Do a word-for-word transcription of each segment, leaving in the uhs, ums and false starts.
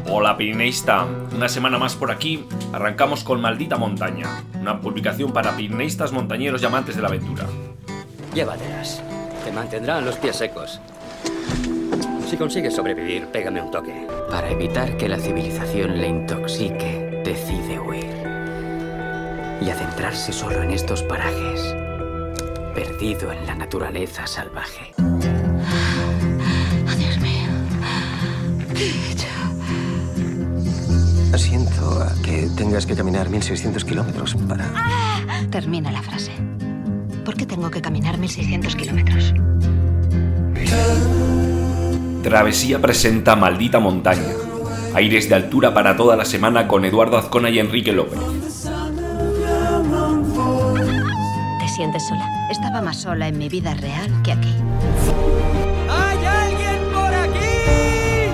Hola Pirineísta, una semana más por aquí, arrancamos con Maldita Montaña, una publicación para pirineístas, montañeros y amantes de la aventura. Llévatelas, te mantendrán los pies secos. Si consigues sobrevivir, pégame un toque. Para evitar que la civilización le intoxique, decide huir y adentrarse solo en estos parajes, perdido en la naturaleza salvaje. Oh, Dios mío, ¿qué he hecho? Siento a que tengas que caminar mil seiscientos kilómetros para... Ah, termina la frase. ¿Por qué tengo que caminar mil seiscientos kilómetros? Travesía presenta Maldita Montaña. Aires de altura para toda la semana con Eduardo Azcona y Enrique López. ¿Te sientes sola? Estaba más sola en mi vida real que aquí. ¡Hay alguien por aquí!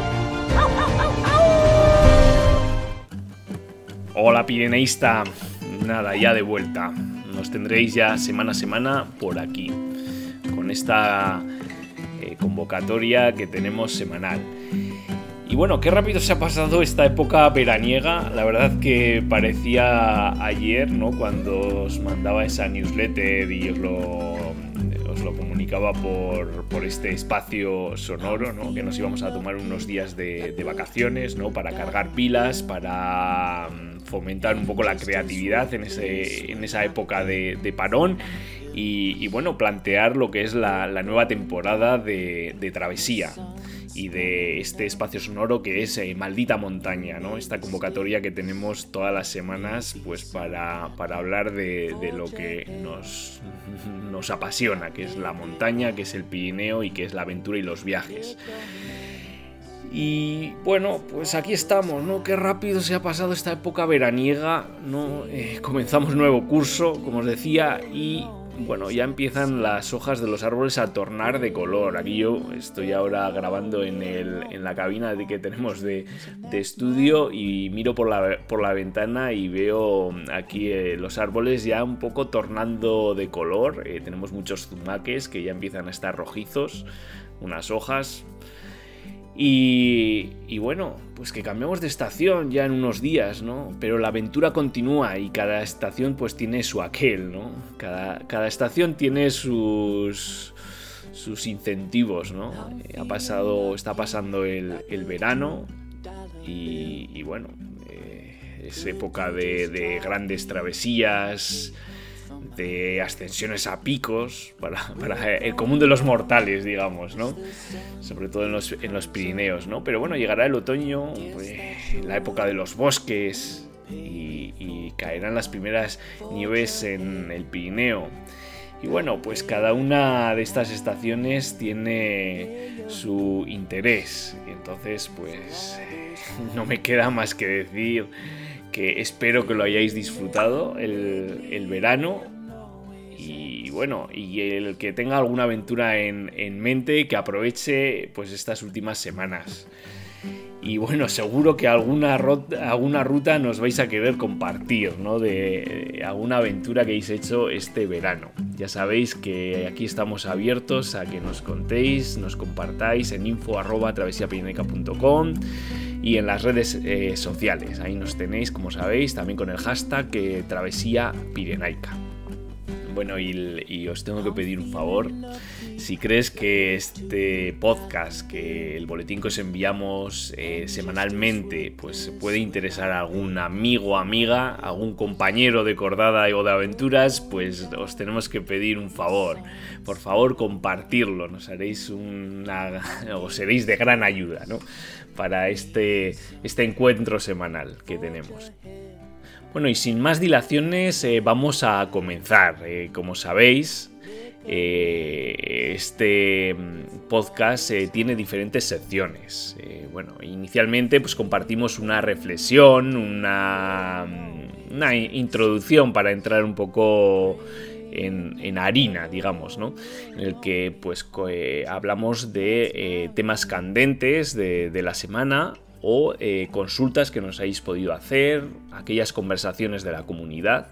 Hola Pirineísta, nada, ya de vuelta. Nos tendréis ya semana a semana por aquí, con esta eh, convocatoria que tenemos semanal. Y bueno, qué rápido se ha pasado esta época veraniega. La verdad que parecía ayer, ¿no? Cuando os mandaba esa newsletter y os lo, os lo comunicaba por, por este espacio sonoro, ¿no? Que nos íbamos a tomar unos días de, de vacaciones, ¿no? Para cargar pilas, para fomentar un poco la creatividad en, ese, en esa época de, de parón. Y, y bueno, plantear lo que es la, la nueva temporada de, de Travesía y de este espacio sonoro que es eh, Maldita Montaña, ¿no? Esta convocatoria que tenemos todas las semanas pues para, para hablar de, de lo que nos, nos apasiona, que es la montaña, que es el Pirineo y que es la aventura y los viajes. Y bueno, pues aquí estamos, ¿no? Qué rápido se ha pasado esta época veraniega, ¿no? Eh, comenzamos nuevo curso, como os decía, y bueno, ya empiezan las hojas de los árboles a tornar de color. Aquí yo estoy ahora grabando en, el, en la cabina de que tenemos de, de estudio y miro por la, por la ventana y veo aquí eh, los árboles ya un poco tornando de color. Eh, tenemos muchos zumaques que ya empiezan a estar rojizos, unas hojas. Y, y bueno, pues que cambiamos de estación ya en unos días, ¿no? Pero la aventura continúa y cada estación pues tiene su aquel, ¿no? Cada, cada estación tiene sus, sus incentivos, ¿no? Ha pasado, está pasando el, el verano y, y bueno, eh, es época de, de grandes travesías, de ascensiones a picos para, para el común de los mortales, digamos, ¿no? Sobre todo en los, en los Pirineos, ¿no? Pero bueno, llegará el otoño, pues, la época de los bosques y, y caerán las primeras nieves en el Pirineo. Y bueno, pues cada una de estas estaciones tiene su interés. Y entonces, pues, no me queda más que decir que espero que lo hayáis disfrutado el, el verano y bueno, y el que tenga alguna aventura en, en mente, que aproveche pues estas últimas semanas. Y bueno, seguro que alguna, rota, alguna ruta nos vais a querer compartir, ¿no? De, de alguna aventura que hayáis hecho este verano. Ya sabéis que aquí estamos abiertos a que nos contéis, nos compartáis en info arroba travesiapirinaica punto com y en las redes eh, sociales. Ahí nos tenéis, como sabéis, también con el hashtag eh, Travesía Pirenaica. Bueno, y, y os tengo que pedir un favor. Si crees que este podcast, que el boletín que os enviamos eh, semanalmente, pues puede interesar a algún amigo o amiga, algún compañero de cordada o de aventuras, pues os tenemos que pedir un favor. Por favor, compartirlo. Nos haréis una, os seréis de gran ayuda, ¿no? Para este, este encuentro semanal que tenemos. Bueno, y sin más dilaciones, eh, vamos a comenzar. Eh, como sabéis, eh, este podcast eh, tiene diferentes secciones. Eh, bueno, inicialmente pues compartimos una reflexión, una, una introducción para entrar un poco en, en harina, digamos, ¿no? En el que pues eh, hablamos de eh, temas candentes de, de la semana, o eh, consultas que nos hayáis podido hacer, aquellas conversaciones de la comunidad.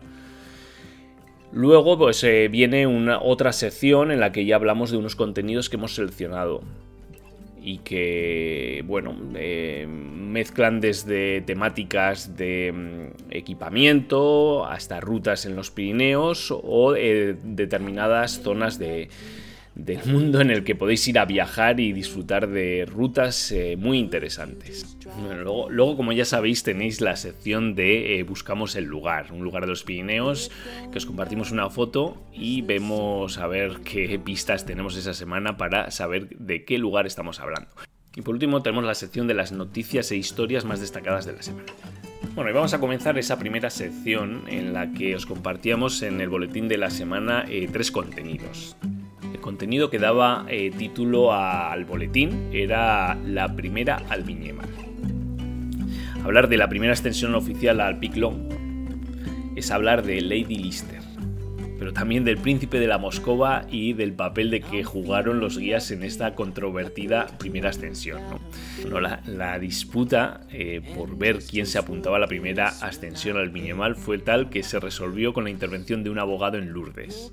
Luego pues eh, viene una otra sección en la que ya hablamos de unos contenidos que hemos seleccionado. y que, bueno, eh, mezclan desde temáticas de mm, equipamiento hasta rutas en los Pirineos o eh, determinadas zonas de del mundo en el que podéis ir a viajar y disfrutar de rutas eh, muy interesantes. Bueno, luego, luego, como ya sabéis, tenéis la sección de eh, Buscamos el lugar, un lugar de los Pirineos, que os compartimos una foto y vemos a ver qué pistas tenemos esa semana para saber de qué lugar estamos hablando. Y por último tenemos la sección de las noticias e historias más destacadas de la semana. Bueno, y vamos a comenzar esa primera sección en la que os compartíamos en el boletín de la semana eh, tres contenidos. El contenido que daba eh, título a, al boletín era la primera al Viñemal. Hablar de la primera ascensión oficial al Pic Long es hablar de Lady Lister, pero también del Príncipe de la Moscova y del papel de que jugaron los guías en esta controvertida primera ascensión, ¿no? Bueno, la, la disputa eh, por ver quién se apuntaba a la primera ascensión al Viñemal fue tal que se resolvió con la intervención de un abogado en Lourdes.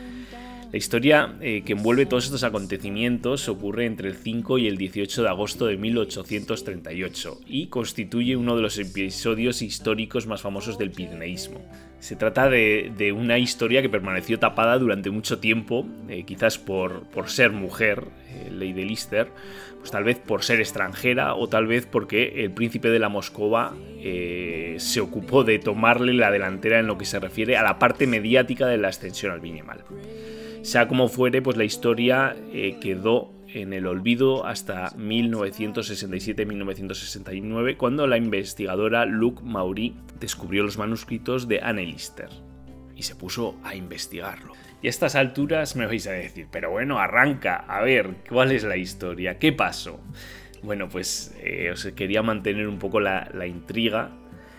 La historia eh, que envuelve todos estos acontecimientos ocurre entre el cinco y el dieciocho de agosto de mil ochocientos treinta y ocho y constituye uno de los episodios históricos más famosos del pirineísmo. Se trata de, de una historia que permaneció tapada durante mucho tiempo, eh, quizás por, por ser mujer, eh, Lady Lister, pues tal vez por ser extranjera o tal vez porque el príncipe de la Moscova eh, se ocupó de tomarle la delantera en lo que se refiere a la parte mediática de la ascensión al Viñemal. Sea como fuere, pues la historia eh, quedó en el olvido hasta mil novecientos sesenta y siete a mil novecientos sesenta y nueve, cuando la investigadora Luc Maury descubrió los manuscritos de Anne Lister y se puso a investigarlo. Y a estas alturas me vais a decir, pero bueno, arranca, a ver, ¿cuál es la historia? ¿Qué pasó? Bueno, pues eh, os quería mantener un poco la, la intriga.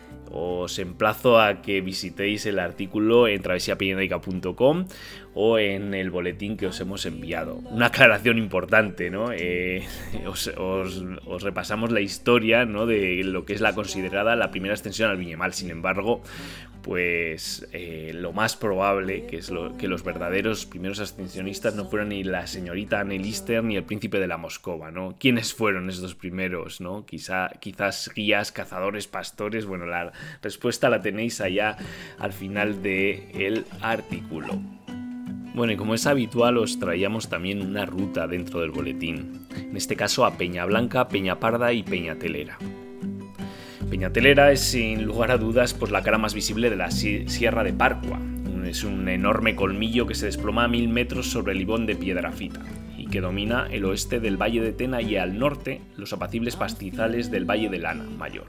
Os emplazo a que visitéis el artículo en travesía pirenaica punto com o en el boletín que os hemos enviado. Una aclaración importante, ¿no? Eh, os, os, os repasamos la historia, ¿no?, de lo que es la considerada la primera ascensión al Viñemal. Sin embargo, pues eh, lo más probable que es lo, que los verdaderos primeros ascensionistas no fueron ni la señorita Anne Lister ni el príncipe de la Moscova, ¿no? ¿Quiénes fueron esos primeros, no? Quizá, quizás guías, cazadores, pastores. Bueno, la respuesta la tenéis allá al final del artículo. Bueno, y como es habitual, os traíamos también una ruta dentro del boletín. En este caso a Peñablanca, Peñaparda y Peñatelera. Peñatelera es, sin lugar a dudas, pues la cara más visible de la Sierra de Parcua. Es un enorme colmillo que se desploma a mil metros sobre el ibón de Piedrafita y que domina el oeste del Valle de Tena y al norte los apacibles pastizales del Valle de Lana Mayor.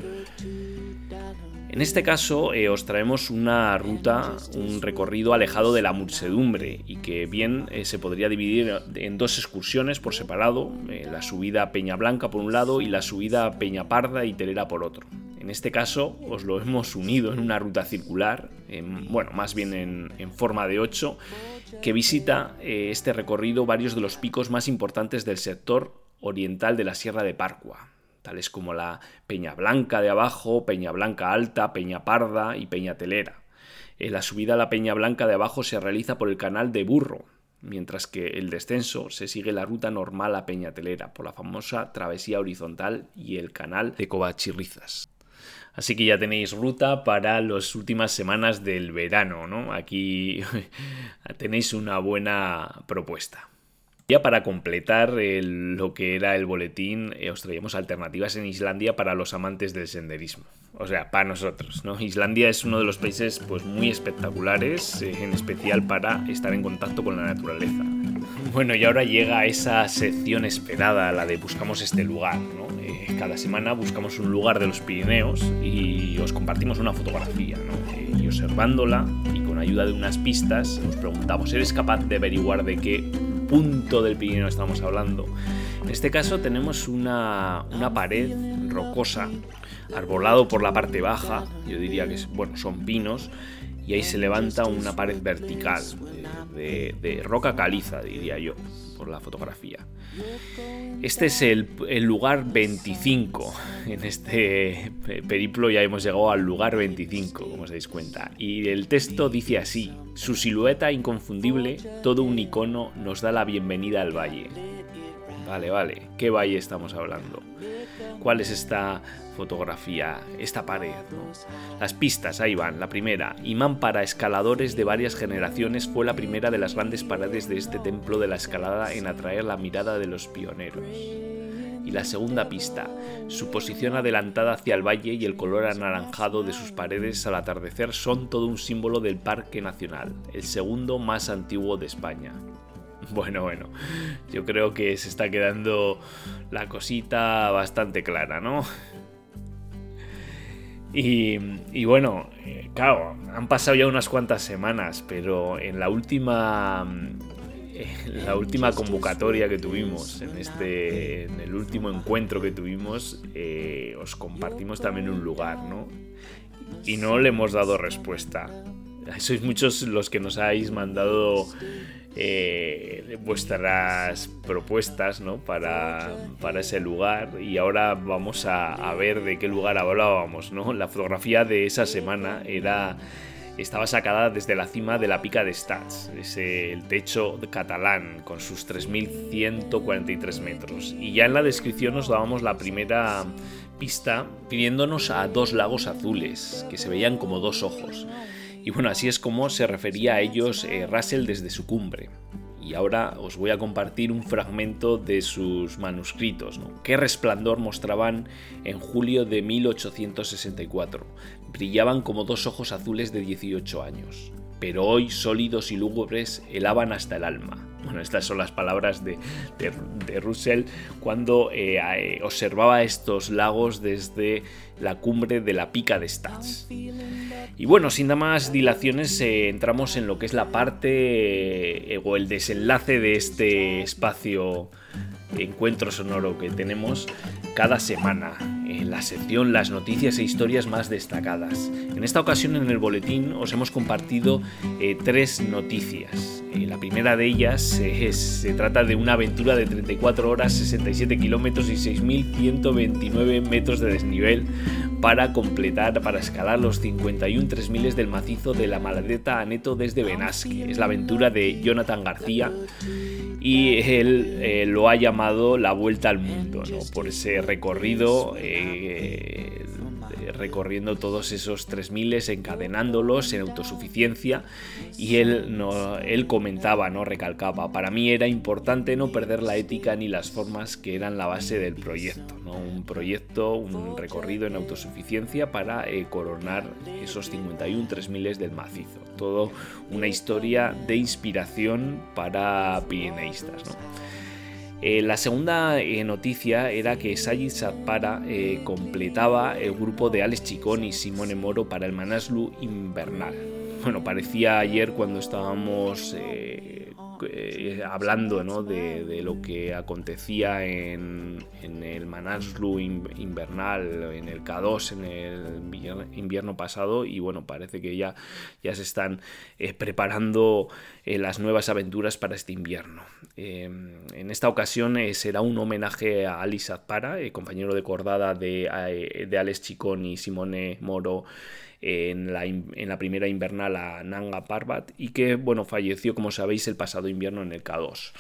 En este caso eh, os traemos una ruta, un recorrido alejado de la muchedumbre y que bien eh, se podría dividir en dos excursiones por separado, eh, la subida a Peñablanca por un lado y la subida a Peñaparda y Telera por otro. En este caso os lo hemos unido en una ruta circular, en, bueno, más bien en, en forma de ocho, que visita eh, este recorrido varios de los picos más importantes del sector oriental de la Sierra de Parcua, tales como la Peñablanca de abajo, Peñablanca Alta, Peñaparda y Peñatelera. Eh, la subida a la Peñablanca de abajo se realiza por el canal de Burro, mientras que el descenso se sigue la ruta normal a Peñatelera, por la famosa travesía horizontal y el canal de Covachirrizas. Así que ya tenéis ruta para las últimas semanas del verano, ¿no? Aquí tenéis una buena propuesta. Ya para completar el, lo que era el boletín, eh, os traíamos alternativas en Islandia para los amantes del senderismo. O sea, para nosotros, ¿no? Islandia es uno de los países pues, muy espectaculares, eh, en especial para estar en contacto con la naturaleza. Bueno, y ahora llega esa sección esperada, la de buscamos este lugar, ¿no? Eh, cada semana buscamos un lugar de los Pirineos y os compartimos una fotografía, ¿no? Eh, y observándola y con ayuda de unas pistas nos preguntamos, ¿eres capaz de averiguar de qué punto del Pirineo estamos hablando? En este caso tenemos una, una pared rocosa, arbolado por la parte baja, yo diría que bueno, son pinos, y ahí se levanta una pared vertical de, de roca caliza, diría yo, por la fotografía. Este es el, el lugar veinticinco. En este periplo ya hemos llegado al lugar veinticinco, como os dais cuenta. Y el texto dice así: su silueta inconfundible, todo un icono, nos da la bienvenida al valle. Vale, vale. ¿Qué valle estamos hablando? ¿Cuál es esta fotografía, esta pared, ¿no? Las pistas, ahí van. La primera, imán para escaladores de varias generaciones, fue la primera de las grandes paredes de este templo de la escalada en atraer la mirada de los pioneros. Y la segunda pista, su posición adelantada hacia el valle y el color anaranjado de sus paredes al atardecer son todo un símbolo del Parque Nacional, el segundo más antiguo de España. Bueno, bueno, yo creo que se está quedando la cosita bastante clara, ¿no? Y, y bueno, claro, han pasado ya unas cuantas semanas, pero en la última... la última convocatoria que tuvimos, en este en el último encuentro que tuvimos, eh, os compartimos también un lugar, ¿no? Y no le hemos dado respuesta. Sois muchos los que nos habéis mandado eh, vuestras propuestas, ¿no? para, para ese lugar, y ahora vamos a, a ver de qué lugar hablábamos, ¿no? La fotografía de esa semana era... estaba sacada desde la cima de la Pica d'Estats, ese, el techo catalán, con sus tres mil ciento cuarenta y tres metros. Y ya en la descripción nos dábamos la primera pista pidiéndonos a dos lagos azules, que se veían como dos ojos. Y bueno, así es como se refería a ellos eh, Russell desde su cumbre. Y ahora os voy a compartir un fragmento de sus manuscritos, ¿no? ¿Qué resplandor mostraban en julio de mil ochocientos sesenta y cuatro? Brillaban como dos ojos azules de dieciocho años, pero hoy sólidos y lúgubres helaban hasta el alma. Bueno, estas son las palabras de, de, de Russell cuando eh, eh, observaba estos lagos desde la cumbre de la Pica d'Estats. Y bueno, sin más dilaciones, eh, entramos en lo que es la parte eh, o el desenlace de este espacio encuentro sonoro que tenemos cada semana, en la sección Las noticias e historias más destacadas. En esta ocasión, en el boletín, os hemos compartido eh, tres noticias. Eh, la primera de ellas eh, es, se trata de una aventura de treinta y cuatro horas, sesenta y siete kilómetros y seis mil ciento veintinueve metros de desnivel para completar, para escalar los cincuenta y uno tres miles del macizo de la Maladeta Aneto desde Benasque. Es la aventura de Jonathan García y él eh, lo ha llamado la vuelta al mundo, ¿no? Por ese recorrido, eh, recorriendo todos esos tres miles, encadenándolos en autosuficiencia. Y él, no, él comentaba, ¿no? Recalcaba: para mí era importante no perder la ética ni las formas que eran la base del proyecto, ¿no? Un proyecto, un recorrido en autosuficiencia para eh, coronar esos cincuenta y uno tres miles del macizo. Todo una historia de inspiración para pirineístas, ¿no? Eh, la segunda eh, noticia era que Sayid Satpara eh, completaba el grupo de Alex Chicón y Simone Moro para el Manaslu invernal. Bueno, parecía ayer cuando estábamos eh, eh, hablando, ¿no? de, de lo que acontecía en, en el Manaslu invernal, en el K dos, en el invierno pasado, y bueno, parece que ya, ya se están eh, preparando eh, las nuevas aventuras para este invierno. Eh, en esta ocasión eh, será un homenaje a Ali Satpara, eh, compañero de cordada de, eh, de Alex Chicón y Simone Moro en la, en la primera invernal a Nanga Parbat, y que bueno, falleció, como sabéis, el pasado invierno en el K dos.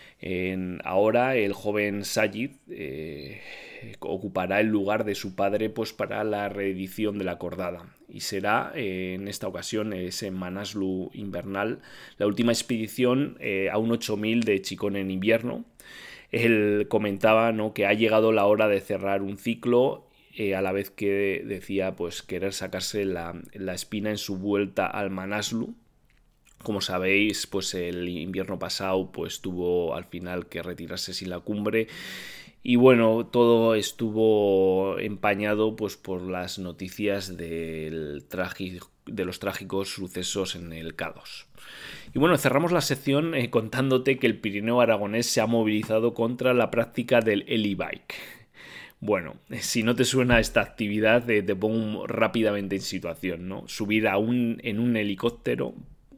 En, ahora el joven Sayid eh, ocupará el lugar de su padre pues, para la reedición de la cordada, y será eh, en esta ocasión ese Manaslu invernal, la última expedición eh, a un ocho mil de Chicón en invierno. Él comentaba, ¿no? que ha llegado la hora de cerrar un ciclo, Eh, a la vez que decía pues querer sacarse la, la espina en su vuelta al Manaslu. Como sabéis, pues el invierno pasado pues tuvo al final que retirarse sin la cumbre, y bueno, todo estuvo empañado pues por las noticias del trágico, de los trágicos sucesos en el K dos. Y bueno, cerramos la sección eh, contándote que el Pirineo aragonés se ha movilizado contra la práctica del heli-bike. Bueno, si no te suena esta actividad, eh, te pongo rápidamente en situación, ¿no? Subir a un, en un helicóptero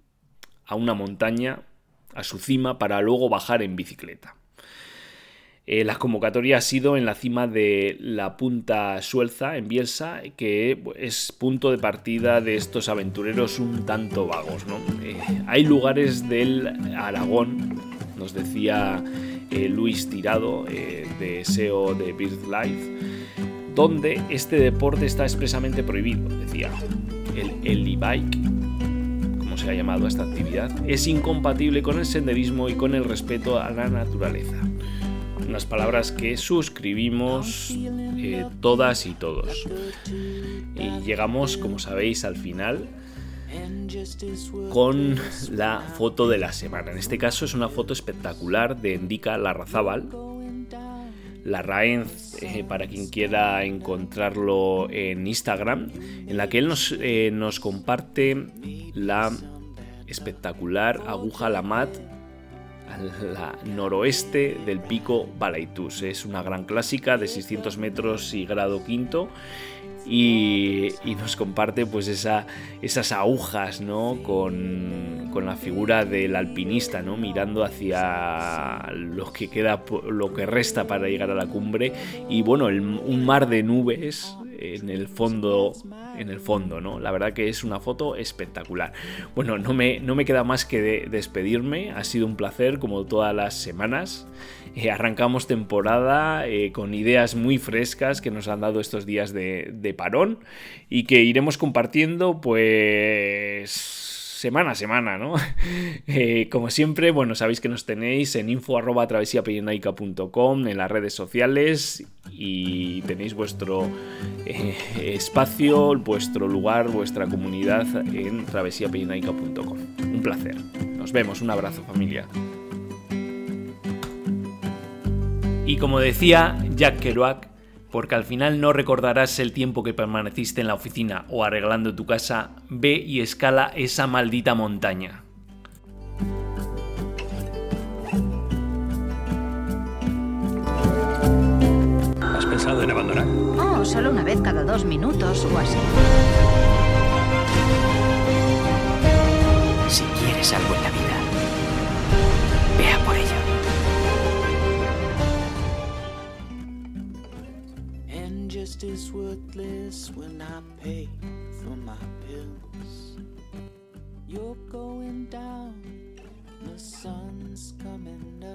a una montaña, a su cima, para luego bajar en bicicleta. Eh, la convocatoria ha sido en la cima de la Punta Suelza, en Bielsa, que es punto de partida de estos aventureros un tanto vagos, ¿no? Eh, hay lugares del Aragón, nos decía eh, Luis Tirado, eh, de S E O de BirdLife, donde este deporte está expresamente prohibido. Decía, el e-bike, como se ha llamado a esta actividad, es incompatible con el senderismo y con el respeto a la naturaleza. Unas palabras que suscribimos eh, todas y todos. Y llegamos, como sabéis, al final con la foto de la semana. En este caso es una foto espectacular de Endika Larrazábal. Larraenz, eh, para quien quiera encontrarlo en Instagram, en la que él nos, eh, nos comparte la espectacular aguja Lamat al noroeste del pico Balaitus. Es una gran clásica de seiscientos metros y grado quinto. Y, y nos comparte pues esa, esas agujas, ¿no? con, con la figura del alpinista, ¿no? Mirando hacia lo que queda, lo que resta para llegar a la cumbre, y bueno, el, un mar de nubes en el fondo, en el fondo, ¿no? La verdad que es una foto espectacular. Bueno, no me, no me queda más que de, despedirme. Ha sido un placer, como todas las semanas. Eh, arrancamos temporada eh, con ideas muy frescas que nos han dado estos días de, de parón y que iremos compartiendo pues semana a semana, ¿no? Eh, como siempre, bueno, sabéis que nos tenéis en info arroba travesía pirenaica punto com, en las redes sociales, y tenéis vuestro eh, espacio, vuestro lugar, vuestra comunidad en travesía pirenaica punto com. Un placer. Nos vemos. Un abrazo, familia. Y como decía Jack Kerouac, porque al final no recordarás el tiempo que permaneciste en la oficina o arreglando tu casa, ve y escala esa maldita montaña. ¿Has pensado en abandonar? Oh, solo una vez cada dos minutos o así. Si quieres algo en la vida, ve a por ello. Just as worthless when I pay for my pills. You're going down, the sun's coming up.